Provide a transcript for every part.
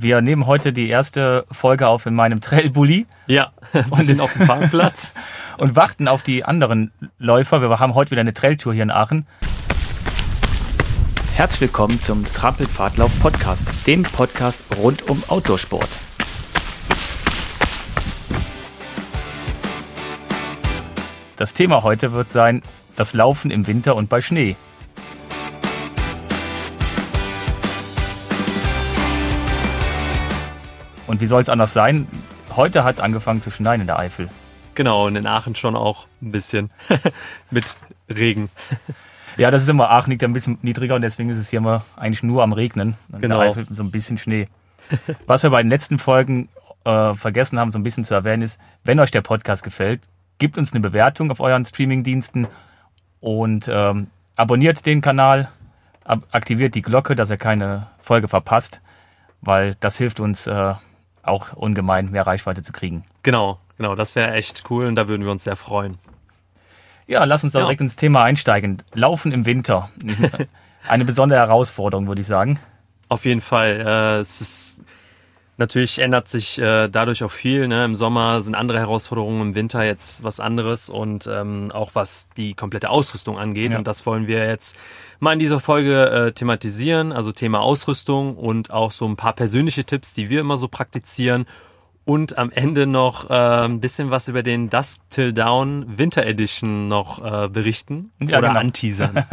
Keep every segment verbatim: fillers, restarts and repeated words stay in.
Wir nehmen heute die erste Folge auf in meinem Trail-Bulli. Ja, wir sind auf dem Parkplatz. Und warten auf die anderen Läufer. Wir haben heute wieder eine Trailtour hier in Aachen. Herzlich willkommen zum Trampelpfadlauf-Podcast, dem Podcast rund um Outdoorsport. Das Thema heute wird sein, das Laufen im Winter und bei Schnee. Und wie soll es anders sein? Heute hat es angefangen zu schneien in der Eifel. Genau, und in Aachen schon auch ein bisschen mit Regen. Ja, das ist immer, Aachen liegt ein bisschen niedriger und deswegen ist es hier immer eigentlich nur am Regnen. Und genau. In der Eifel so ein bisschen Schnee. Was wir bei den letzten Folgen äh, vergessen haben, so ein bisschen zu erwähnen ist, wenn euch der Podcast gefällt, gebt uns eine Bewertung auf euren Streamingdiensten und ähm, abonniert den Kanal, ab- aktiviert die Glocke, dass ihr keine Folge verpasst, weil das hilft uns äh, auch ungemein, mehr Reichweite zu kriegen. Genau, genau, das wäre echt cool und da würden wir uns sehr freuen. Ja, lass uns da Ja. direkt ins Thema einsteigen. Laufen im Winter. Eine besondere Herausforderung, würde ich sagen. Auf jeden Fall. Äh, es ist natürlich ändert sich äh, dadurch auch viel. Ne? Im Sommer sind andere Herausforderungen, im Winter jetzt was anderes und ähm, auch was die komplette Ausrüstung angeht. Ja. Und das wollen wir jetzt mal in dieser Folge äh, thematisieren. Also Thema Ausrüstung und auch so ein paar persönliche Tipps, die wir immer so praktizieren. Und am Ende noch äh, ein bisschen was über den Dusk Till Dawn Winter Edition noch äh, berichten Ja, oder genau. anteasern.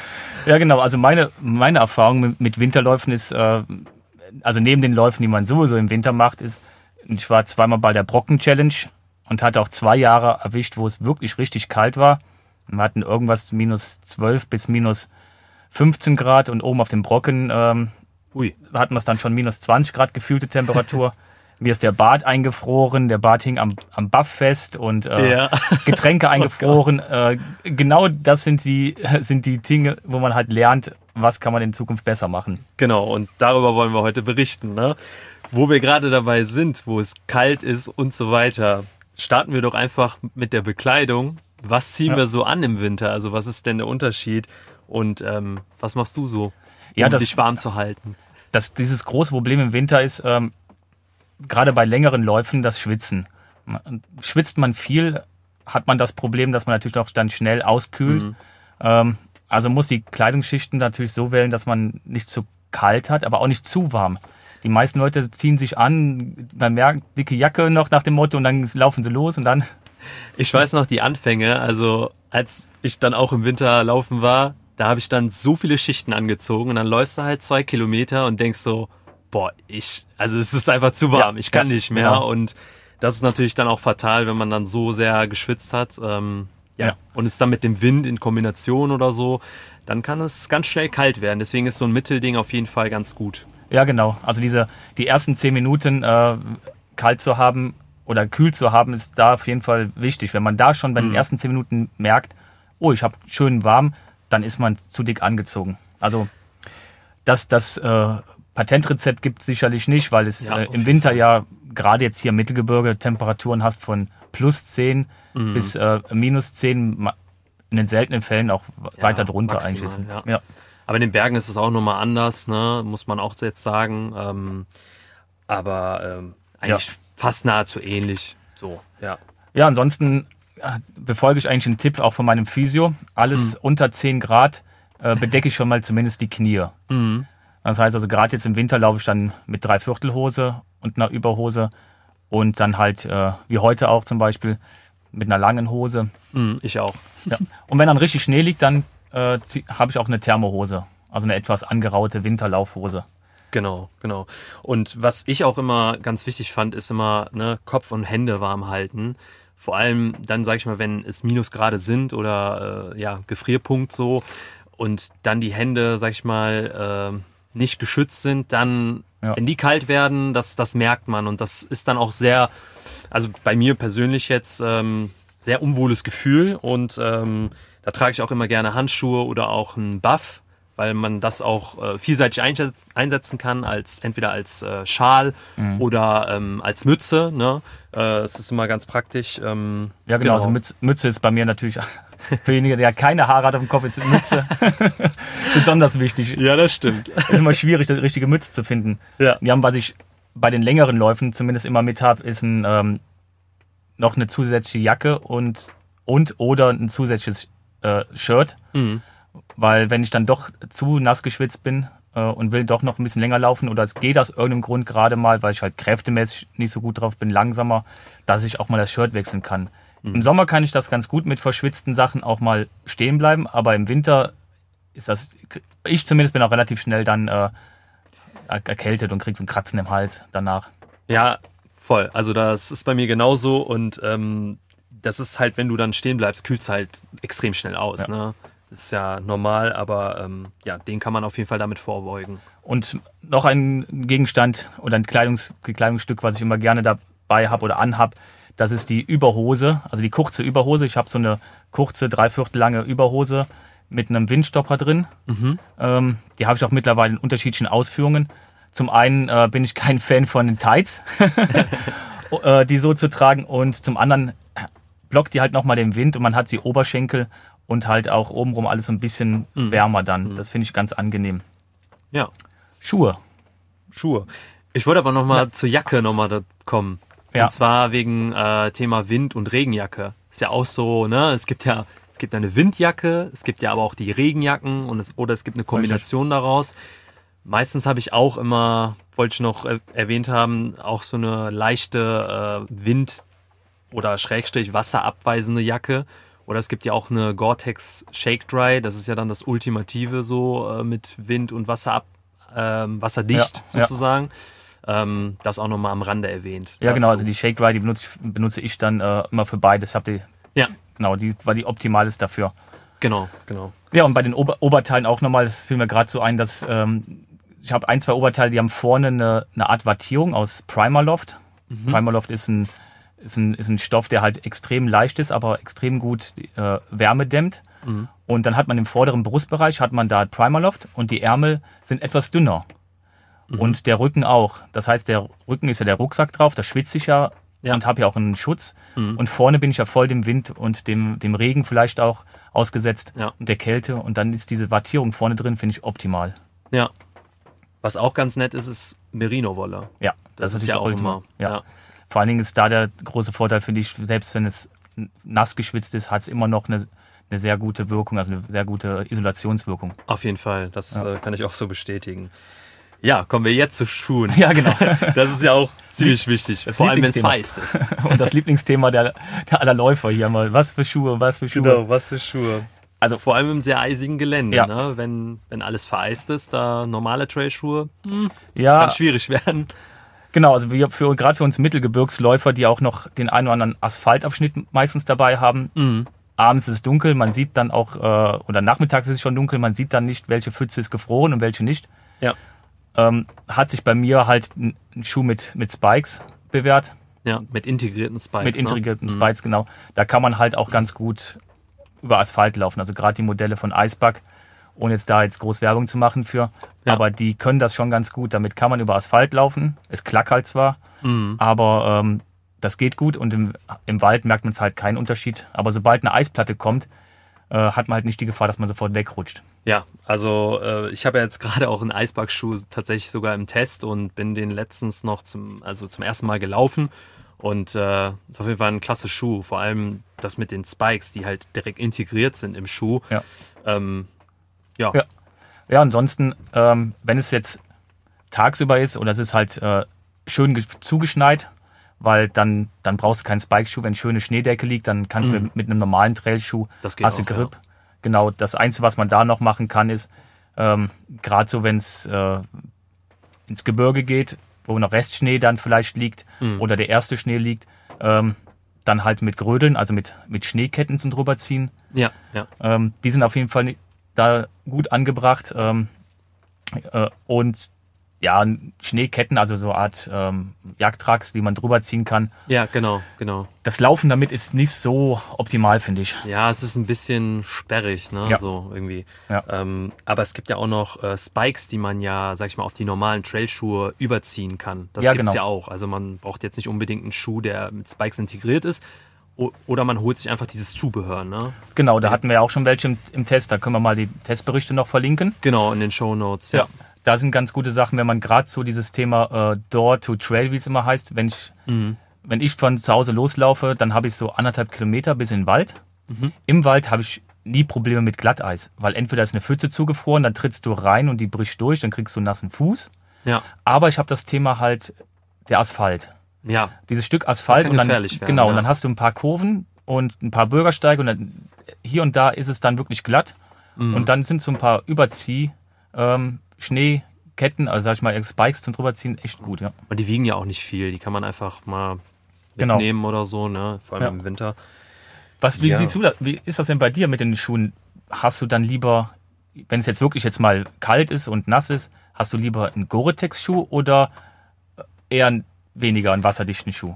Ja, genau. Also meine, meine Erfahrung mit, mit Winterläufen ist, äh, also neben den Läufen, die man sowieso im Winter macht, ist, ich war zweimal bei der Brocken Challenge und hatte auch zwei Jahre erwischt, wo es wirklich richtig kalt war. Wir hatten irgendwas minus zwölf bis minus fünfzehn Grad und oben auf dem Brocken ähm, Ui. hatten wir es dann schon minus zwanzig Grad gefühlte Temperatur. Mir ist der Bart eingefroren, der Bart hing am, am Buff fest und äh, Ja. Getränke eingefroren. äh, genau das sind die, sind die Dinge, wo man halt lernt, was kann man in Zukunft besser machen. Genau, und darüber wollen wir heute berichten. Ne? Wo wir gerade dabei sind, wo es kalt ist und so weiter, starten wir doch einfach mit der Bekleidung. Was ziehen Ja. wir so an im Winter? Also was ist denn der Unterschied? Und ähm, was machst du so, um Ja, das- dich warm zu halten? Das, dieses große Problem im Winter ist, ähm, gerade bei längeren Läufen, das Schwitzen. Schwitzt man viel, hat man das Problem, dass man natürlich auch dann schnell auskühlt. Mhm. Ähm, also muss die Kleidungsschichten natürlich so wählen, dass man nicht zu kalt hat, aber auch nicht zu warm. Die meisten Leute ziehen sich an, man merkt, dicke Jacke noch nach dem Motto und dann laufen sie los und dann... Ich weiß noch die Anfänge, also als ich dann auch im Winter laufen war, da habe ich dann so viele Schichten angezogen und dann läufst du halt zwei Kilometer und denkst so, boah, ich, also es ist einfach zu warm, Ja, ich kann ja, nicht mehr genau. und das ist natürlich dann auch fatal, wenn man dann so sehr geschwitzt hat, ähm, ja. Ja. Und es dann mit dem Wind in Kombination oder so, dann kann es ganz schnell kalt werden, deswegen ist so ein Mittelding auf jeden Fall ganz gut. Ja, genau. Also diese die ersten zehn Minuten äh, kalt zu haben oder kühl zu haben, ist da auf jeden Fall wichtig. Wenn man da schon bei den Mhm. ersten zehn Minuten merkt, oh, ich habe schön warm, dann ist man zu dick angezogen. Also das, das äh, Patentrezept gibt es sicherlich nicht, weil es Ja, äh, auf im jeden Winter Fall. ja gerade jetzt hier im Mittelgebirge Temperaturen hast von plus zehn Mhm. bis äh, minus zehn, ma- in den seltenen Fällen auch Ja, weiter drunter maximal, eigentlich. ist. ja. Ja. Aber in den Bergen ist es auch nochmal anders, ne? Muss man auch jetzt sagen. Ähm, aber ähm, eigentlich fast nahezu ähnlich. So, ja. Ja, ansonsten äh, befolge ich eigentlich einen Tipp auch von meinem Physio. Alles Mhm. unter zehn Grad äh, bedecke ich schon mal zumindest die Knie. Mhm. Das heißt also, gerade jetzt im Winter laufe ich dann mit Dreiviertelhose und einer Überhose und dann halt, äh, wie heute auch zum Beispiel, mit einer langen Hose. Mhm, ich auch. Ja. Und wenn dann richtig Schnee liegt, dann äh, zieh- habe ich auch eine Thermohose. Also eine etwas angeraute Winterlaufhose. Genau, genau. Und was ich auch immer ganz wichtig fand, ist immer ne, Kopf und Hände warm halten. Vor allem dann, sage ich mal, wenn es Minusgrade sind oder äh, ja Gefrierpunkt so und dann die Hände, sag ich mal, äh, nicht geschützt sind, dann, Ja. wenn die kalt werden, das, das merkt man und das ist dann auch sehr, also bei mir persönlich jetzt ähm, sehr unwohles Gefühl und ähm, da trage ich auch immer gerne Handschuhe oder auch einen Buff, weil man das auch äh, vielseitig einsetz, einsetzen kann, als entweder als äh, Schal Mhm. oder ähm, als Mütze. Ne? Äh, es ist immer ganz praktisch. Ähm, Ja, genau. Also Mütze, Mütze ist bei mir natürlich für denjenigen, der keine Haare hat auf dem Kopf, ist Mütze besonders wichtig. Ja, das stimmt. Es ist immer schwierig, die richtige Mütze zu finden. Ja. Wir haben, was ich bei den längeren Läufen zumindest immer mit habe, ist ein, ähm, noch eine zusätzliche Jacke und, und oder ein zusätzliches äh, Shirt. Mhm. Weil wenn ich dann doch zu nass geschwitzt bin äh, und will doch noch ein bisschen länger laufen oder es geht aus irgendeinem Grund gerade mal, weil ich halt kräftemäßig nicht so gut drauf bin, langsamer, dass ich auch mal das Shirt wechseln kann. Mhm. Im Sommer kann ich das ganz gut mit verschwitzten Sachen auch mal stehen bleiben, aber im Winter ist das, ich zumindest bin auch relativ schnell dann äh, erkältet und krieg so ein Kratzen im Hals danach. Ja, voll. Also das ist bei mir genauso und ähm, das ist halt, wenn du dann stehen bleibst, kühlt es halt extrem schnell aus. Ja. Ne? Das ist ja normal, aber ähm, ja, den kann man auf jeden Fall damit vorbeugen. Und noch ein Gegenstand oder ein Kleidungs- Kleidungsstück, was ich immer gerne dabei habe oder anhab, das ist die Überhose, also die kurze Überhose. Ich habe so eine kurze, dreiviertel lange Überhose mit einem Windstopper drin. Mhm. Ähm, die habe ich auch mittlerweile in unterschiedlichen Ausführungen. Zum einen äh, bin ich kein Fan von den Tights, äh, die so zu tragen. Und zum anderen blockt die halt nochmal den Wind und man hat die Oberschenkel und halt auch obenrum alles so ein bisschen Mhm. wärmer dann. Mhm. Das finde ich ganz angenehm. Ja, Schuhe. Schuhe. Ich wollte aber nochmal Ja. zur Jacke nochmal kommen. Ja. Und zwar wegen äh, Thema Wind und Regenjacke. Ist ja auch so, ne? Es gibt ja es gibt eine Windjacke, es gibt ja aber auch die Regenjacken und es, oder es gibt eine Kombination daraus. Meistens habe ich auch immer, wollte ich noch äh, erwähnt haben, auch so eine leichte äh, Wind- oder Schrägstrich wasserabweisende Jacke. Oder es gibt ja auch eine Gore-Tex Shake Dry, das ist ja dann das Ultimative so äh, mit Wind und Wasser ab, ähm, wasserdicht Ja, ja. sozusagen. Ähm, das auch nochmal am Rande erwähnt. Ja, genau. dazu. Also die Shake Dry, die benutze ich, benutze ich dann äh, immer für beides. Ich habe die, Ja, genau, die war die optimal ist dafür. genau, genau. Ja, und bei den Ober Oberteilen auch nochmal, das fiel mir gerade so ein, dass ähm, ich habe ein, zwei Oberteile, die haben vorne eine, eine Art Wattierung aus Primaloft. Mhm. Primaloft ist ein, ist, ein, ist ein Stoff, der halt extrem leicht ist, aber extrem gut äh, Wärme dämmt. Mhm. Und dann hat man im vorderen Brustbereich hat man da Primaloft und die Ärmel sind etwas dünner. Mhm. Und der Rücken auch. Das heißt, der Rücken ist ja der Rucksack drauf, da schwitze ich ja, Ja. und habe ja auch einen Schutz. Mhm. Und vorne bin ich ja voll dem Wind und dem, dem Regen vielleicht auch ausgesetzt Ja. und der Kälte. Und dann ist diese Wattierung vorne drin, finde ich optimal. Ja. Was auch ganz nett ist, ist Merino-Wolle. Ja, Das, ist natürlich ja auch optimal. immer. Ja. Ja. Vor allen Dingen ist da der große Vorteil, finde ich, selbst wenn es nass geschwitzt ist, hat es immer noch eine, eine sehr gute Wirkung, also eine sehr gute Isolationswirkung. Auf jeden Fall. Das Ja. äh, kann ich auch so bestätigen. Ja, kommen wir jetzt zu Schuhen. Ja, genau. Das ist ja auch ziemlich wichtig. Das Vor allem, wenn es Lieblingsthema. feist ist. Und das Lieblingsthema der, der aller Läufer hier mal. Was für Schuhe, was für Schuhe. was für Schuhe. Also Vor allem im sehr eisigen Gelände, Ja. ne? wenn, wenn alles vereist ist, da normale Trailschuhe ja, kann schwierig werden. genau, also wir für, gerade für uns Mittelgebirgsläufer, die auch noch den einen oder anderen Asphaltabschnitt meistens dabei haben. Mhm. Abends ist es dunkel, man sieht dann auch, äh, oder nachmittags ist es schon dunkel, man sieht dann nicht, welche Pfütze ist gefroren und welche nicht. Ja. Ähm, hat sich bei mir halt ein, ein Schuh mit, mit Spikes bewährt, Ja, mit integrierten Spikes. mit integrierten ne? Spikes, genau. Da kann man halt auch ganz gut über Asphalt laufen, also gerade die Modelle von Icebug, ohne jetzt da jetzt groß Werbung zu machen für, Ja. aber die können das schon ganz gut. Damit kann man über Asphalt laufen, es klackert zwar, Mhm. aber ähm, das geht gut und im, im Wald merkt man es halt keinen Unterschied. Aber sobald eine Eisplatte kommt, äh, hat man halt nicht die Gefahr, dass man sofort wegrutscht. Ja, also äh, ich habe ja jetzt gerade auch einen Eisbergschuh tatsächlich sogar im Test und bin den letztens noch zum, also zum ersten Mal gelaufen. Und äh, ist auf jeden Fall ein klasse Schuh. Vor allem das mit den Spikes, die halt direkt integriert sind im Schuh. Ja. Ähm, ja. Ja. Ja, ansonsten, ähm, wenn es jetzt tagsüber ist oder es ist halt äh, schön ge- zugeschneit, weil dann, dann brauchst du keinen Spike-Schuh. Wenn schöne Schneedecke liegt, dann kannst Mhm. du mit, mit einem normalen Trailschuh, Das geht hast du auch, Grip. Genau, das Einzige, was man da noch machen kann, ist, ähm, gerade so, wenn es äh, ins Gebirge geht, wo noch Restschnee dann vielleicht liegt Mhm. oder der erste Schnee liegt, ähm, dann halt mit Grödeln, also mit, mit Schneeketten zum drüber ziehen. Ja, ja. Ähm, die sind auf jeden Fall da gut angebracht. Ähm, äh, und ja, Schneeketten, also so eine Art ähm, Jagdtracks, die man drüber ziehen kann. Ja, genau, genau. Das Laufen damit ist nicht so optimal, finde ich. Ja, es ist ein bisschen sperrig, ne? Ja. So irgendwie. Ja. Ähm, aber es gibt ja auch noch äh, Spikes, die man ja, sag ich mal, auf die normalen Trailschuhe überziehen kann. Das Ja, gibt's genau. ja auch. Also man braucht jetzt nicht unbedingt einen Schuh, der mit Spikes integriert ist. O- Oder man holt sich einfach dieses Zubehör, ne? Genau, da hatten wir ja auch schon welche im, im Test. Da können wir mal die Testberichte noch verlinken. Genau, in den Shownotes. Ja. Ja. da sind ganz gute Sachen, wenn man gerade so dieses Thema äh, Door to Trail, wie es immer heißt, wenn ich, mhm. wenn ich von zu Hause loslaufe, dann habe ich so anderthalb Kilometer bis in den Wald. Mhm. Im Wald habe ich nie Probleme mit Glatteis, weil entweder ist eine Pfütze zugefroren, dann trittst du rein und die bricht durch, dann kriegst du einen nassen Fuß. Ja. Aber ich habe das Thema halt der Asphalt. Ja. Dieses Stück Asphalt. Das kann und dann, gefährlich werden, genau, ja. und dann hast du ein paar Kurven und ein paar Bürgersteige und dann hier und da ist es dann wirklich glatt. Mhm. Und dann sind so ein paar Überzieh, ähm, Schneeketten, also sag ich mal, Spikes zum drüberziehen, echt gut, ja. Und die wiegen ja auch nicht viel, die kann man einfach mal genau. mitnehmen oder so, ne? Vor allem ja. im Winter. Was, wie ja. siehst du das? Wie ist das denn bei dir mit den Schuhen? Hast du dann lieber, wenn es jetzt wirklich jetzt mal kalt ist und nass ist, hast du lieber einen Gore-Tex-Schuh oder eher weniger einen wasserdichten Schuh?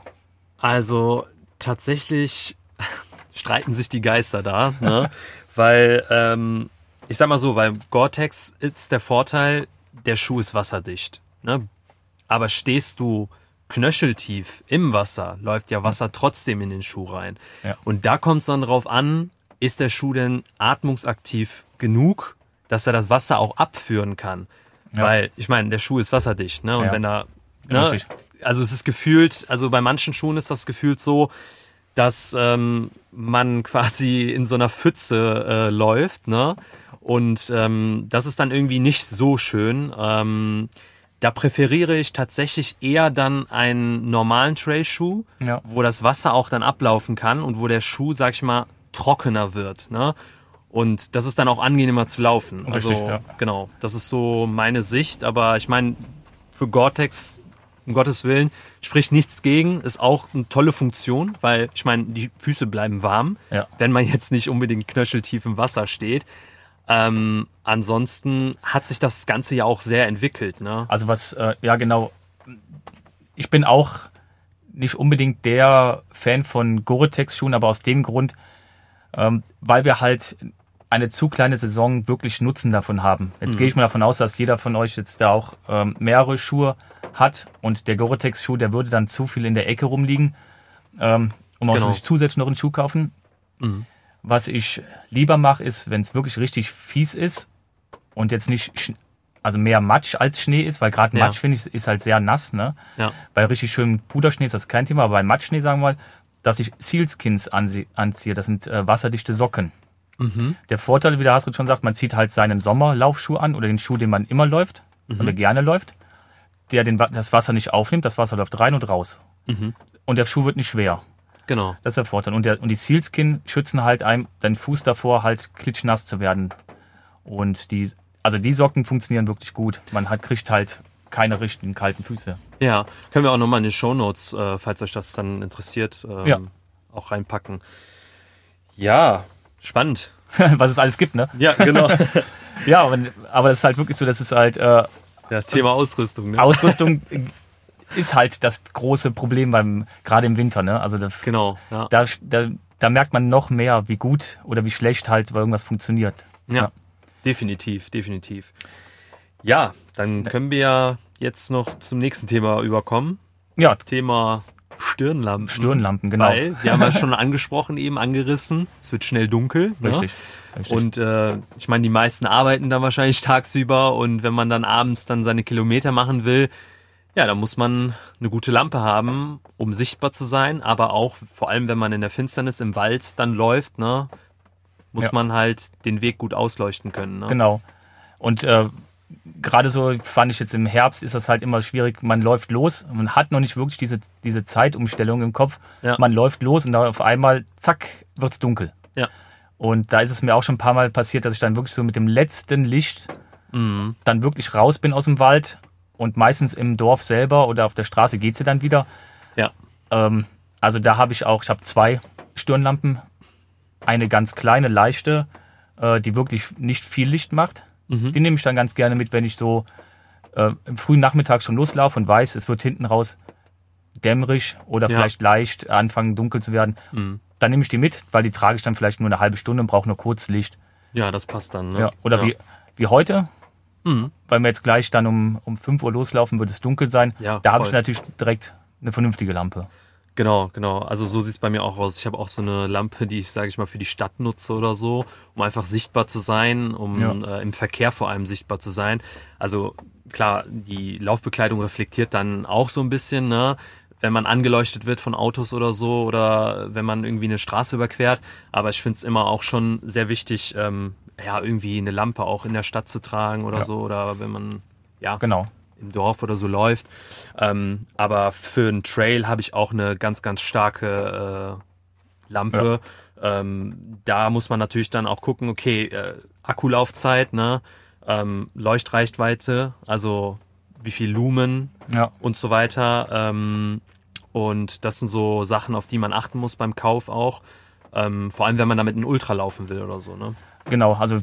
Also tatsächlich streiten sich die Geister da, ne? Weil, ähm, ich sag mal so, bei Gore-Tex ist der Vorteil, der Schuh ist wasserdicht, ne? Aber stehst du knöcheltief im Wasser, läuft ja Wasser trotzdem in den Schuh rein. Ja. Und da kommt es dann drauf an, ist der Schuh denn atmungsaktiv genug, dass er das Wasser auch abführen kann? Ja. Weil, ich meine, der Schuh ist wasserdicht, ne? Und ja. wenn er, ne? Also es ist gefühlt, also bei manchen Schuhen ist das gefühlt so, dass ähm, man quasi in so einer Pfütze äh, läuft, ne? Und ähm, das ist dann irgendwie nicht so schön. Ähm, Da präferiere ich tatsächlich eher dann einen normalen Trailschuh, ja. wo das Wasser auch dann ablaufen kann und wo der Schuh, sag ich mal, trockener wird. Ne? Und das ist dann auch angenehmer zu laufen. Richtig, also ja. genau, das ist so meine Sicht. Aber ich meine, für Gore-Tex, um Gottes Willen, spricht nichts gegen. Ist auch eine tolle Funktion, weil ich meine, die Füße bleiben warm, ja. wenn man jetzt nicht unbedingt knöcheltief im Wasser steht. Ähm, ansonsten hat sich das Ganze ja auch sehr entwickelt, ne? Also was, äh, ja genau, ich bin auch nicht unbedingt der Fan von Gore-Tex-Schuhen, aber aus dem Grund, ähm, weil wir halt eine zu kleine Saison wirklich Nutzen davon haben. Jetzt mhm. gehe ich mal davon aus, dass jeder von euch jetzt da auch ähm, mehrere Schuhe hat und der Gore-Tex-Schuh, der würde dann zu viel in der Ecke rumliegen, ähm, um auch genau. sich zusätzlich noch einen Schuh kaufen. Mhm. Was ich lieber mache, ist, wenn es wirklich richtig fies ist und jetzt nicht, also mehr Matsch als Schnee ist, weil gerade Matsch, ja. finde ich, ist halt sehr nass, ne? Ja. Bei richtig schönem Puderschnee ist das kein Thema, aber bei Matschschnee, sagen wir mal, dass ich Sealskins anziehe. Das sind äh, wasserdichte Socken. Mhm. Der Vorteil, wie der Hasrit schon sagt, man zieht halt seinen Sommerlaufschuh an oder den Schuh, den man immer läuft mhm. oder gerne läuft, der den, das Wasser nicht aufnimmt, das Wasser läuft rein und raus. Mhm. Und der Schuh wird nicht schwer. Genau. Das ist der Vorteil. Und, der, und die Sealskin schützen halt einem den Fuß davor, halt klitschnass zu werden. Und die, also die Socken funktionieren wirklich gut. Man hat, kriegt halt keine richtigen kalten Füße. Ja, können wir auch nochmal in die Shownotes, äh, falls euch das dann interessiert, ähm, ja. auch reinpacken. Ja, spannend. Was es alles gibt, ne? Ja, genau. ja, aber, aber das ist halt wirklich so, dass es halt... Äh, ja, Thema Ausrüstung. Ne? Ausrüstung... ist halt das große Problem beim gerade im Winter, ne? Also da, genau, ja. da, da, da merkt man noch mehr, wie gut oder wie schlecht halt irgendwas funktioniert. Ja, ja. definitiv, definitiv. Ja, dann können wir ja jetzt noch zum nächsten Thema überkommen. Ja. Thema Stirnlampen. Stirnlampen, genau. Weil, wir haben ja schon angesprochen, eben angerissen, es wird schnell dunkel. Richtig. Ne? Richtig. Und äh, ich meine, die meisten arbeiten dann wahrscheinlich tagsüber und wenn man dann abends dann seine Kilometer machen will, ja, da muss man eine gute Lampe haben, um sichtbar zu sein, aber auch, vor allem wenn man in der Finsternis im Wald dann läuft, ne, muss ja. man halt den Weg gut ausleuchten können. Ne? Genau. Und äh, gerade so fand ich jetzt im Herbst ist das halt immer schwierig, man läuft los, man hat noch nicht wirklich diese, diese Zeitumstellung im Kopf, ja. man läuft los und dann auf einmal, zack, wird's dunkel. Ja. Und da ist es mir auch schon ein paar Mal passiert, dass ich dann wirklich so mit dem letzten Licht mhm. dann wirklich raus bin aus dem Wald. Und meistens im Dorf selber oder auf der Straße geht sie dann wieder. Ja. Ähm, also da habe ich auch, ich habe zwei Stirnlampen. Eine ganz kleine, leichte, äh, die wirklich nicht viel Licht macht. Mhm. Die nehme ich dann ganz gerne mit, wenn ich so äh, im frühen Nachmittag schon loslaufe und weiß, es wird hinten raus dämmerig oder ja. vielleicht leicht anfangen dunkel zu werden. Mhm. Dann nehme ich die mit, weil die trage ich dann vielleicht nur eine halbe Stunde und brauche nur kurz Licht. Ja, das passt dann. Ne? Ja, oder ja. Wie, wie heute. Mhm. Weil wir jetzt gleich dann um, um fünf Uhr loslaufen, wird es dunkel sein. Ja, da habe ich natürlich direkt eine vernünftige Lampe. Genau, genau. Also so sieht es bei mir auch aus. Ich habe auch so eine Lampe, die ich, sage ich mal, für die Stadt nutze oder so, um einfach sichtbar zu sein, um ja. äh, im Verkehr vor allem sichtbar zu sein. Also klar, die Laufbekleidung reflektiert dann auch so ein bisschen, ne? Wenn man angeleuchtet wird von Autos oder so oder wenn man irgendwie eine Straße überquert. Aber ich finde es immer auch schon sehr wichtig, ähm, ja, irgendwie eine Lampe auch in der Stadt zu tragen oder ja. so. Oder wenn man ja genau. im Dorf oder so läuft. Ähm, aber für einen Trail habe ich auch eine ganz, ganz starke äh, Lampe. Ja. Ähm, da muss man natürlich dann auch gucken, okay, äh, Akkulaufzeit, ne? ähm, Leuchtreichweite, also wie viel Lumen ja. und so weiter. Ähm, Und das sind so Sachen, auf die man achten muss beim Kauf auch. Ähm, vor allem, wenn man damit einen Ultra laufen will oder so. Ne? Genau, also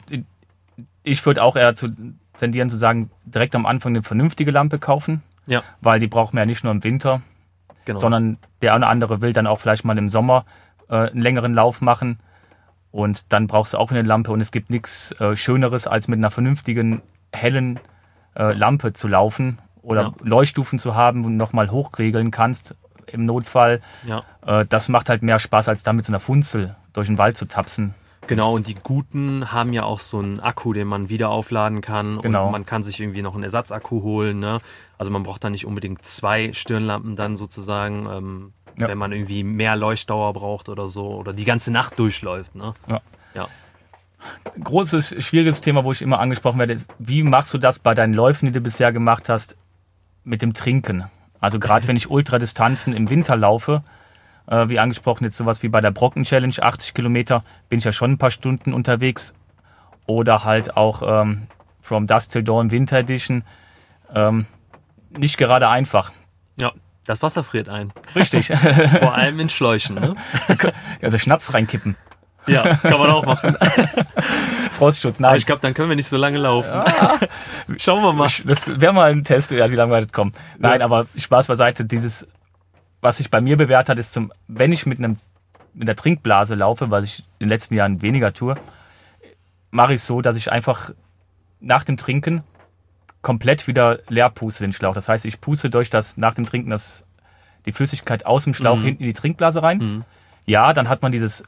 ich würde auch eher zu tendieren zu sagen, direkt am Anfang eine vernünftige Lampe kaufen. Ja. Weil die braucht man ja nicht nur im Winter, genau. sondern der eine oder andere will dann auch vielleicht mal im Sommer äh, einen längeren Lauf machen. Und dann brauchst du auch eine Lampe. Und es gibt nichts äh, Schöneres, als mit einer vernünftigen, hellen äh, Lampe zu laufen oder ja. Leuchtstufen zu haben, wo du nochmal hochregeln kannst. Im Notfall. Ja. Äh, das macht halt mehr Spaß, als da mit so einer Funzel durch den Wald zu tapsen. Genau, und die guten haben ja auch so einen Akku, den man wieder aufladen kann. Genau. Und man kann sich irgendwie noch einen Ersatzakku holen. Ne? Also man braucht da nicht unbedingt zwei Stirnlampen dann sozusagen, ähm, ja. wenn man irgendwie mehr Leuchtdauer braucht oder so. Oder die ganze Nacht durchläuft. Ne? Ja. Ja. Großes, schwieriges Thema, wo ich immer angesprochen werde, ist, wie machst du das bei deinen Läufen, die du bisher gemacht hast, mit dem Trinken? Also gerade wenn ich Ultradistanzen im Winter laufe, äh, wie angesprochen jetzt sowas wie bei der Brocken Challenge, achtzig Kilometer, bin ich ja schon ein paar Stunden unterwegs. Oder halt auch ähm, From Dusk Till Dawn Winter Edition. Ähm, nicht gerade einfach. Ja, das Wasser friert ein. Richtig. Vor allem in Schläuchen. Ne? Also Schnaps reinkippen. Ja, kann man auch machen. Frostschutz, nein. Aber ich glaube, dann können wir nicht so lange laufen. Ja. Schauen wir mal. Das wäre mal ein Test, ja, wie lange wir das kommen. Nein, ja. aber Spaß beiseite. Dieses, was sich bei mir bewährt hat, ist zum, wenn ich mit einem mit der Trinkblase laufe, was ich in den letzten Jahren weniger tue, mache ich es so, dass ich einfach nach dem Trinken komplett wieder leer puste den Schlauch. Das heißt, ich puste durch das nach dem Trinken das, die Flüssigkeit aus dem Schlauch mhm. hinten in die Trinkblase rein. Mhm. Ja, dann hat man dieses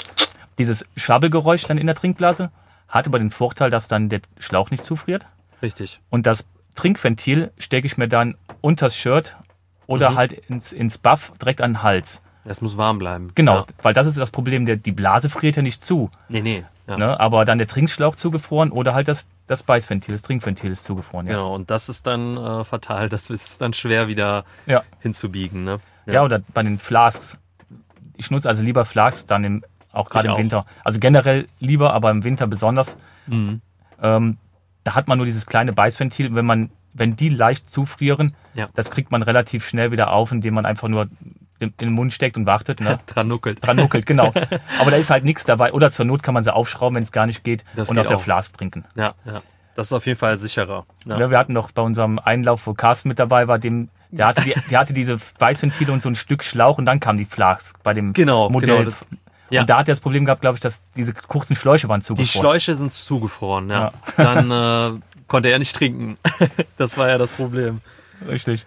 dieses Schwabbelgeräusch dann in der Trinkblase, hat aber den Vorteil, dass dann der Schlauch nicht zufriert. Richtig. Und das Trinkventil stecke ich mir dann unters Shirt oder mhm. halt ins, ins Buff direkt an den Hals. Das muss warm bleiben. Genau, ja. weil das ist das Problem, der, die Blase friert ja nicht zu. Nee, nee. Ja. Ne, aber dann der Trinkschlauch zugefroren oder halt das, das Beißventil, das Trinkventil ist zugefroren. Ja. Genau, und das ist dann äh, fatal. Das ist dann schwer wieder ja. hinzubiegen. Ne? Ja. ja, oder bei den Flasks. Ich nutze also lieber Flasks dann im Auch gerade im auch. Winter. Also generell lieber, aber im Winter besonders. Mhm. Ähm, da hat man nur dieses kleine Beißventil. Wenn man, wenn die leicht zufrieren, ja. das kriegt man relativ schnell wieder auf, indem man einfach nur in den Mund steckt und wartet. Ne? Dran nuckelt. Dran nuckelt, genau. Aber da ist halt nichts dabei. Oder zur Not kann man sie aufschrauben, wenn es gar nicht geht, das und geht aus der auch. Flask trinken. Ja, ja. Das ist auf jeden Fall sicherer. Ja. Ja, wir hatten noch bei unserem Einlauf, wo Carsten mit dabei war, dem Der hatte, die, der hatte diese Beißventile und so ein Stück Schlauch und dann kam die Flask bei dem genau, Modell. Genau. Ja. Und da hat er das Problem gehabt, glaube ich, dass diese kurzen Schläuche waren zugefroren. Die Schläuche sind zugefroren, ja. ja. Dann äh, konnte er nicht trinken. Das war ja das Problem. Richtig.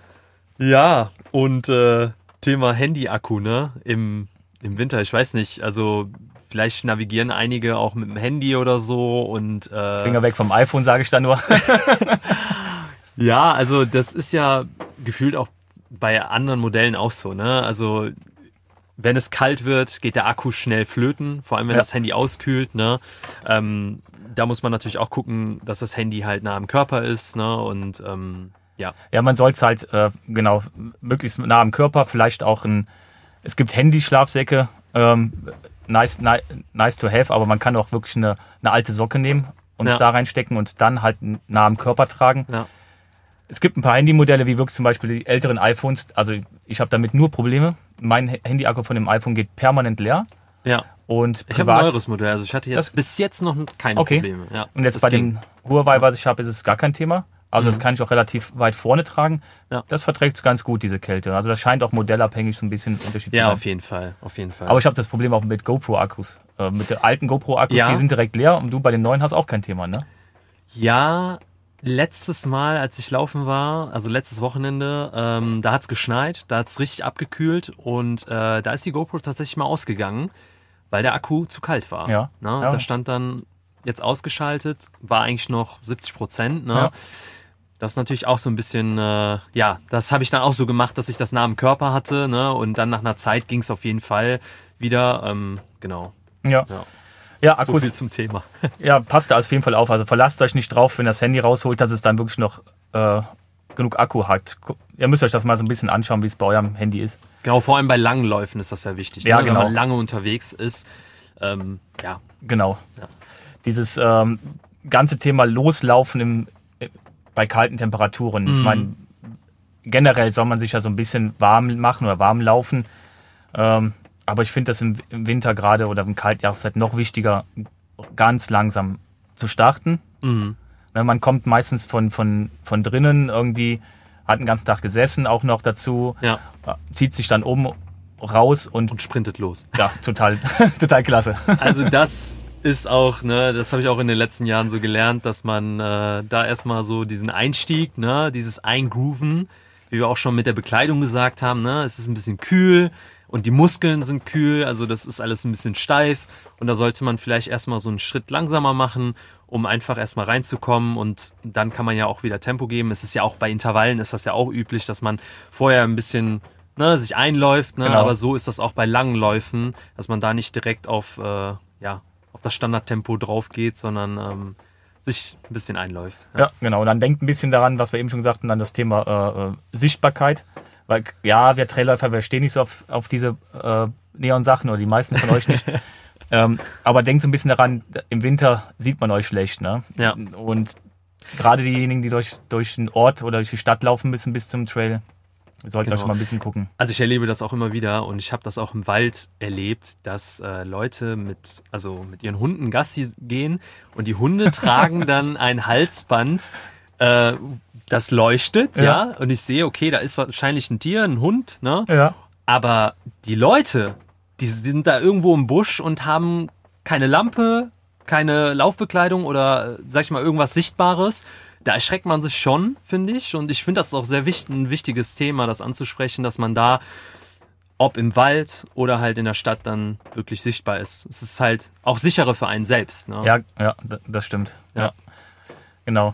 Ja, und äh, Thema Handy-Akku, ne? Im, Im Winter, ich weiß nicht, also vielleicht navigieren einige auch mit dem Handy oder so und äh, Finger weg vom iPhone, sage ich da nur. Ja, also das ist ja gefühlt auch bei anderen Modellen auch so, ne? Also wenn es kalt wird, geht der Akku schnell flöten, vor allem wenn ja. das Handy auskühlt, ne? Ähm, da muss man natürlich auch gucken, dass das Handy halt nah am Körper ist, ne? Und ähm, ja. Ja, man soll es halt, äh, genau, möglichst nah am Körper, vielleicht auch ein, es gibt Handy-Schlafsäcke, ähm, nice, nice, nice to have, aber man kann auch wirklich eine, eine alte Socke nehmen und es ja. da reinstecken und dann halt nah am Körper tragen. Ja. Es gibt ein paar Handymodelle, wie wirklich zum Beispiel die älteren iPhones. Also ich habe damit nur Probleme. Mein Handy-Akku von dem iPhone geht permanent leer. Ja. Und ich habe ein neueres Modell. Also ich hatte jetzt das, bis jetzt noch keine okay. Probleme. Ja, und jetzt bei ging. dem Huawei, was ich habe, ist es gar kein Thema. Also mhm. das kann ich auch relativ weit vorne tragen. Ja. Das verträgt es ganz gut, diese Kälte. Also das scheint auch modellabhängig so ein bisschen unterschiedlich ja, zu sein. Ja, auf jeden Fall. Auf jeden Fall. Aber ich habe das Problem auch mit GoPro-Akkus. Äh, mit den alten GoPro-Akkus, ja. die sind direkt leer. Und du bei den neuen hast auch kein Thema, ne? Ja, letztes Mal, als ich laufen war, also letztes Wochenende, ähm, da hat's geschneit, da hat's richtig abgekühlt und äh, da ist die GoPro tatsächlich mal ausgegangen, weil der Akku zu kalt war. Ja. Na, ja. Da stand dann jetzt ausgeschaltet, war eigentlich noch siebzig Prozent. Ne? Ja. Das ist natürlich auch so ein bisschen, äh, ja, das habe ich dann auch so gemacht, dass ich das nah am Körper hatte, ne? Und dann nach einer Zeit ging es auf jeden Fall wieder, ähm, genau. Ja. Ja. Ja, So Akkus. viel zum Thema. Ja, passt da auf jeden Fall auf. Also verlasst euch nicht drauf, wenn das Handy rausholt, dass es dann wirklich noch äh, genug Akku hat. Ihr müsst euch das mal so ein bisschen anschauen, wie es bei eurem Handy ist. Genau, vor allem bei langen Läufen ist das ja wichtig. Ja, ne? genau. Wenn man lange unterwegs ist, ähm, ja. Genau. Ja. Dieses ähm, ganze Thema Loslaufen im, äh, bei kalten Temperaturen. Mhm. Ich meine, generell soll man sich ja so ein bisschen warm machen oder warm laufen. Ähm, aber ich finde das im, im Winter gerade oder im Kaltjahreszeit noch wichtiger, ganz langsam zu starten. Mhm. Ne, man kommt meistens von, von, von drinnen irgendwie, hat den ganzen Tag gesessen auch noch dazu, Ja. zieht sich dann um, raus und, Und sprintet los. ja, total, total klasse. Also das ist auch, ne, das habe ich auch in den letzten Jahren so gelernt, dass man äh, da erstmal so diesen Einstieg, ne, dieses Eingrooven, wie wir auch schon mit der Bekleidung gesagt haben, ne, es ist ein bisschen kühl und die Muskeln sind kühl, also das ist alles ein bisschen steif und da sollte man vielleicht erstmal so einen Schritt langsamer machen, um einfach erstmal reinzukommen und dann kann man ja auch wieder Tempo geben. Es ist ja auch bei Intervallen ist das ja auch üblich, dass man vorher ein bisschen, ne, sich einläuft, ne, Genau. aber so ist das auch bei langen Läufen, dass man da nicht direkt auf, äh, ja, auf das Standardtempo drauf geht, sondern ähm, sich ein bisschen einläuft. Ja, genau. Und dann denkt ein bisschen daran, was wir eben schon gesagt haben, an das Thema äh, Sichtbarkeit. Weil, ja, wir Trailläufer, wir stehen nicht so auf, auf diese äh, Neon-Sachen oder die meisten von euch nicht. ähm, aber denkt so ein bisschen daran, im Winter sieht man euch schlecht. Ne? Ja. Und gerade diejenigen, die durch, durch den Ort oder durch die Stadt laufen müssen bis zum Trail, sollten Genau. euch mal ein bisschen gucken. Also ich erlebe das auch immer wieder und ich habe das auch im Wald erlebt, dass äh, Leute mit, also mit ihren Hunden Gassi gehen und die Hunde tragen dann ein Halsband, äh, das leuchtet, ja. Ja. und ich sehe, okay, da ist wahrscheinlich ein Tier, ein Hund, ne? Ja. Aber die Leute, die sind da irgendwo im Busch und haben keine Lampe, keine Laufbekleidung oder, sag ich mal, irgendwas Sichtbares. Da erschreckt man sich schon, finde ich. Und ich finde das auch sehr wichtig, ein wichtiges Thema, das anzusprechen, dass man da, ob im Wald oder halt in der Stadt, dann wirklich sichtbar ist. Es ist halt auch sicherer für einen selbst. Ne? Ja, ja, d- das stimmt. Ja. Ja. Genau.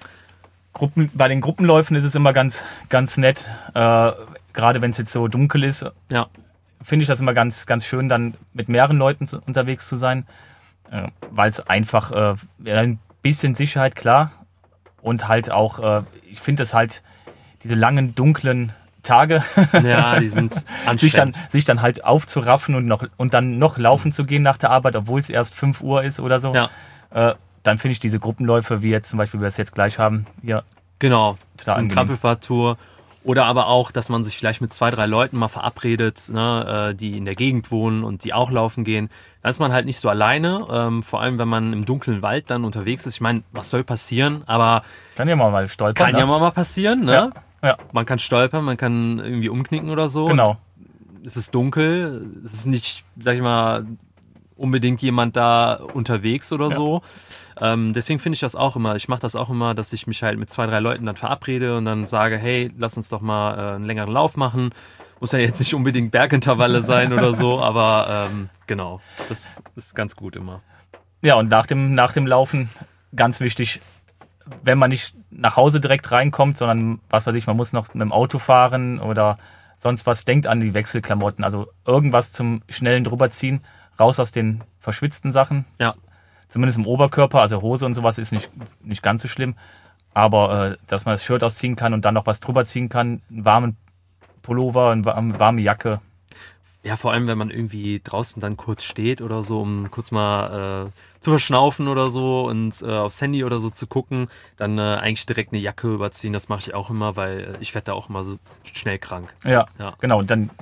Gruppen, bei den Gruppenläufen ist es immer ganz, ganz nett, äh, gerade wenn es jetzt so dunkel ist, Ja. finde ich das immer ganz, ganz schön, dann mit mehreren Leuten zu, unterwegs zu sein, äh, weil es einfach äh, ja, ein bisschen Sicherheit, klar, und halt auch, äh, ich finde es halt, diese langen, dunklen Tage, Ja, die sind sich, dann, anstrengend. sich dann halt aufzuraffen und, noch, und dann noch laufen zu gehen nach der Arbeit, obwohl es erst fünf Uhr ist oder so, Ja, äh, dann finde ich diese Gruppenläufe, wie jetzt zum Beispiel, wie wir es jetzt gleich haben, ja, genau. total Eine angenehm. Trampelfahrtour. Oder aber auch, dass man sich vielleicht mit zwei, drei Leuten mal verabredet, ne, äh, die in der Gegend wohnen und die auch laufen gehen. Da ist man halt nicht so alleine, ähm, vor allem wenn man im dunklen Wald dann unterwegs ist. Ich meine, was soll passieren? Aber Kann ja mal stolpern. kann ne? ja mal passieren, ne? Ja, ja, Man kann stolpern, man kann irgendwie umknicken oder so. genau. Es ist dunkel, es ist nicht, sag ich mal, unbedingt jemand da unterwegs oder Ja. so. Ähm, deswegen finde ich das auch immer, ich mache das auch immer, dass ich mich halt mit zwei, drei Leuten dann verabrede und dann sage, hey, lass uns doch mal äh, einen längeren Lauf machen. Muss ja jetzt nicht unbedingt Bergintervalle sein oder so, aber ähm, genau, das ist ganz gut immer. Ja, und nach dem, nach dem Laufen, ganz wichtig, wenn man nicht nach Hause direkt reinkommt, sondern, was weiß ich, man muss noch mit dem Auto fahren oder sonst was, denkt an die Wechselklamotten. Also irgendwas zum schnellen drüberziehen, raus aus den verschwitzten Sachen. Ja. Zumindest im Oberkörper, also Hose und sowas ist nicht, nicht ganz so schlimm. Aber äh, dass man das Shirt ausziehen kann und dann noch was drüber ziehen kann, einen warmen Pullover, eine warme, warme Jacke. Ja, vor allem, wenn man irgendwie draußen dann kurz steht oder so, um kurz mal äh, zu verschnaufen oder so und äh, aufs Handy oder so zu gucken, dann äh, eigentlich direkt eine Jacke überziehen. Das mache ich auch immer, weil äh, ich werde da auch immer so schnell krank. Ja, Ja. genau. Und dann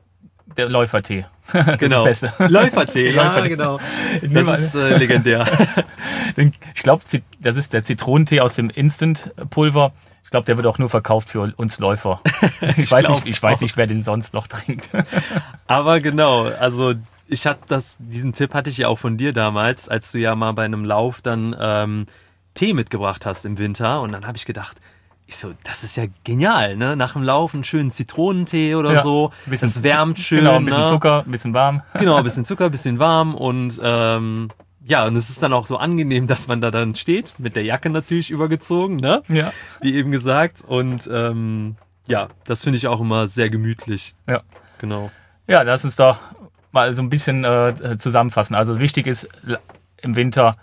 der Läufertee. Das Genau. ist das Beste. Läufertee, ja, Läufertee. genau. nehme Das ist äh, legendär. Den- Ich glaube, das ist der Zitronentee aus dem Instant-Pulver. Ich glaube, der wird auch nur verkauft für uns Läufer. Ich, weiß, glaub nicht, ich weiß auch. nicht, wer den sonst noch trinkt. Aber genau, also ich hatte das, diesen Tipp hatte ich ja auch von dir damals, als du ja mal bei einem Lauf dann ähm, Tee mitgebracht hast im Winter. Und dann habe ich gedacht, ich so, das ist ja genial, ne? Nach dem Lauf einen schönen Zitronentee oder Ja, so. ein bisschen- das wärmt schön. Genau, ein bisschen ne? Zucker, ein bisschen warm. Genau, ein bisschen Zucker, ein bisschen warm und ähm, ja, und es ist dann auch so angenehm, dass man da dann steht, mit der Jacke natürlich übergezogen, ne? Ja. Wie eben gesagt. Und ähm, ja, das finde ich auch immer sehr gemütlich. Ja. Genau. Ja, lass uns doch mal so ein bisschen äh, zusammenfassen. Also wichtig ist im Winter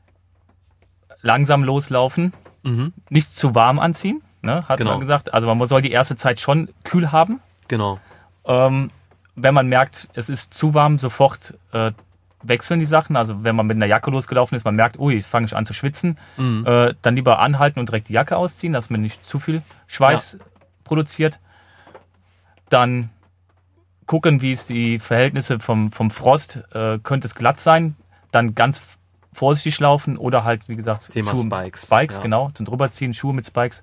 langsam loslaufen, Mhm. nicht zu warm anziehen, ne? Hat Genau. man gesagt. Also man soll die erste Zeit schon kühl haben. Genau. Ähm, wenn man merkt, es ist zu warm, sofort äh, wechseln die Sachen. Also wenn man mit einer Jacke losgelaufen ist, man merkt, ui, fange ich an zu schwitzen, Mhm. äh, dann lieber anhalten und direkt die Jacke ausziehen, dass man nicht zu viel Schweiß produziert. Dann gucken, wie ist die Verhältnisse vom, vom Frost. Äh, könnte es glatt sein, dann ganz vorsichtig laufen oder halt, wie gesagt, Thema Schuhe, Spikes. Spikes, Ja. genau, zum drüberziehen, Schuhe mit Spikes.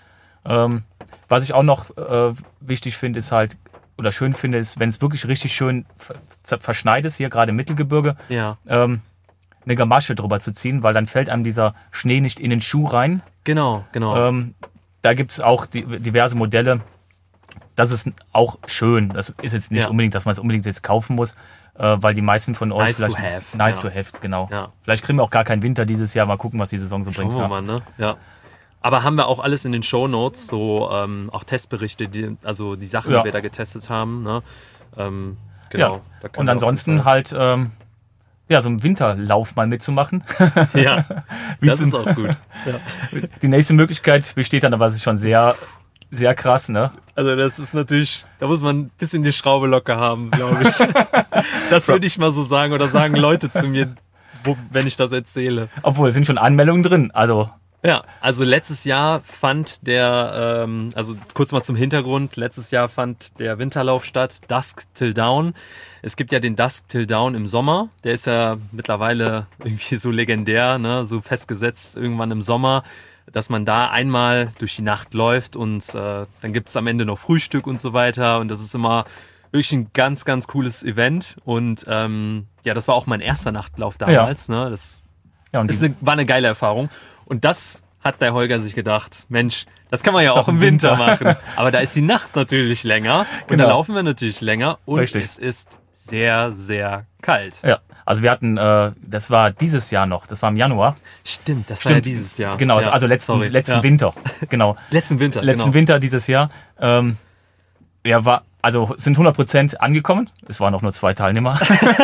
Ähm, was ich auch noch äh, wichtig finde, ist halt, oder schön finde, ist, wenn es wirklich richtig schön ver- verschneit ist, hier gerade im Mittelgebirge, Ja. ähm, eine Gamasche drüber zu ziehen, weil dann fällt einem dieser Schnee nicht in den Schuh rein. Genau, genau. Ähm, da gibt es auch die, diverse Modelle. Das ist auch schön. Das ist jetzt nicht Ja. unbedingt, dass man es unbedingt jetzt kaufen muss, äh, weil die meisten von euch Nice to vielleicht have, nice ja. to have, genau. Ja. Vielleicht kriegen wir auch gar keinen Winter dieses Jahr. Mal gucken, was die Saison so Schauen bringt. wir Ja. mal, ne? Ja. Aber haben wir auch alles in den Shownotes, so ähm, auch Testberichte, die, also die Sachen, Ja. die wir da getestet haben. Ne? Ähm, genau. Ja. Da können Und wir ansonsten auf jeden halt ähm, ja, so einen Winterlauf mal mitzumachen. Fall- Ja, Wie das zum- ist auch gut. Ja. Die nächste Möglichkeit besteht dann, aber es ist schon sehr, sehr krass, ne? Also das ist natürlich, da muss man ein bisschen die Schraube locker haben, glaube ich. Das würde ich mal so sagen oder sagen Leute zu mir, wo, wenn ich das erzähle. Obwohl, es sind schon Anmeldungen drin. Also, Ja, also letztes Jahr fand der, ähm, also kurz mal zum Hintergrund, letztes Jahr fand der Winterlauf statt, Dusk Till Dawn. Es gibt ja den Dusk Till Dawn im Sommer, der ist ja mittlerweile irgendwie so legendär, ne? So festgesetzt irgendwann im Sommer, dass man da einmal durch die Nacht läuft und äh, dann gibt's am Ende noch Frühstück und so weiter und das ist immer wirklich ein ganz, ganz cooles Event und ähm, ja, das war auch mein erster Nachtlauf damals, ne? Das ja, und ist die, eine, war eine geile Erfahrung. Und das hat der Holger sich gedacht, Mench, das kann man ja auch Auch im im Winter Winter. machen. Aber da ist die Nacht natürlich länger und Genau. da laufen wir natürlich länger und Richtig. es ist sehr, sehr kalt. ja, also wir hatten, äh, das war dieses Jahr noch, das war im Januar. Stimmt, das war ja Stimmt. dieses Jahr. Genau, ja, also letzten, sorry. letzten ja. Winter. Genau. Letzten Winter, Letzten genau. Winter dieses Jahr. Ähm, ja, war, also sind hundert Prozent angekommen. Es waren auch nur zwei Teilnehmer.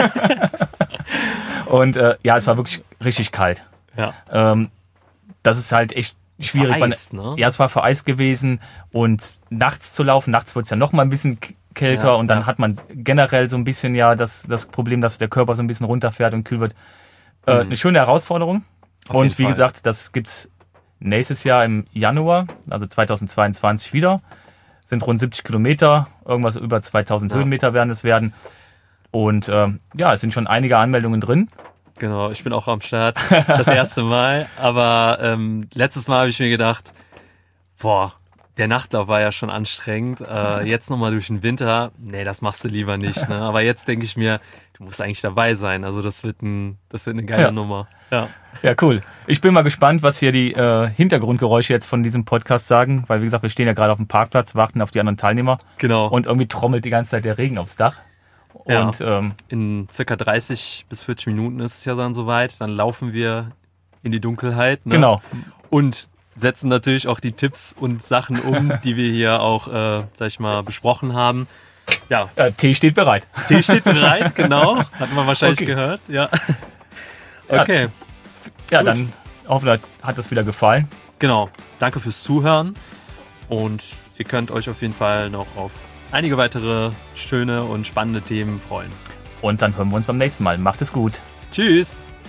Und äh, ja, es war wirklich richtig kalt. Ja. Ähm, das ist halt echt schwierig. Vereist, Man- ne? Ja, es war vereist gewesen und nachts zu laufen, nachts wird es ja noch mal ein bisschen k- kälter Ja, und dann ja. hat man generell so ein bisschen ja das, das Problem, dass der Körper so ein bisschen runterfährt und kühl wird. Äh, Mhm. Eine schöne Herausforderung. Auf und jeden wie Fall. gesagt, das gibt's nächstes Jahr im Januar, also zweitausendzweiundzwanzig wieder. Sind rund siebzig Kilometer, irgendwas über zweitausend Ja. Höhenmeter werden es werden. Und ähm, ja, es sind schon einige Anmeldungen drin. Genau, ich bin auch am Start. Das erste Mal. Aber ähm, letztes Mal habe ich mir gedacht, boah, der Nachtlauf war ja schon anstrengend. Äh, jetzt nochmal durch den Winter, nee, das machst du lieber nicht. Ne? Aber jetzt denke ich mir, du musst eigentlich dabei sein. Also das wird, ein, das wird eine geile Ja. Nummer. Ja. Ja, cool. Ich bin mal gespannt, was hier die äh, Hintergrundgeräusche jetzt von diesem Podcast sagen, weil wie gesagt, wir stehen ja gerade auf dem Parkplatz, warten auf die anderen Teilnehmer Genau. und irgendwie trommelt die ganze Zeit der Regen aufs Dach. Ja. Und ähm, in circa dreißig bis vierzig Minuten ist es ja dann soweit. Dann laufen wir in die Dunkelheit. Ne? genau, Und setzen natürlich auch die Tipps und Sachen um, die wir hier auch, äh, sag ich mal, besprochen haben. Ja, äh, Tee steht bereit. Tee steht bereit, genau. Hat man wahrscheinlich Okay. gehört, ja. Ja. Okay, Ja, Gut. dann hoffentlich hat es wieder gefallen. genau. Danke fürs Zuhören und ihr könnt euch auf jeden Fall noch auf einige weitere schöne und spannende Themen freuen. Und dann hören wir uns beim nächsten Mal. Macht es gut. Tschüss!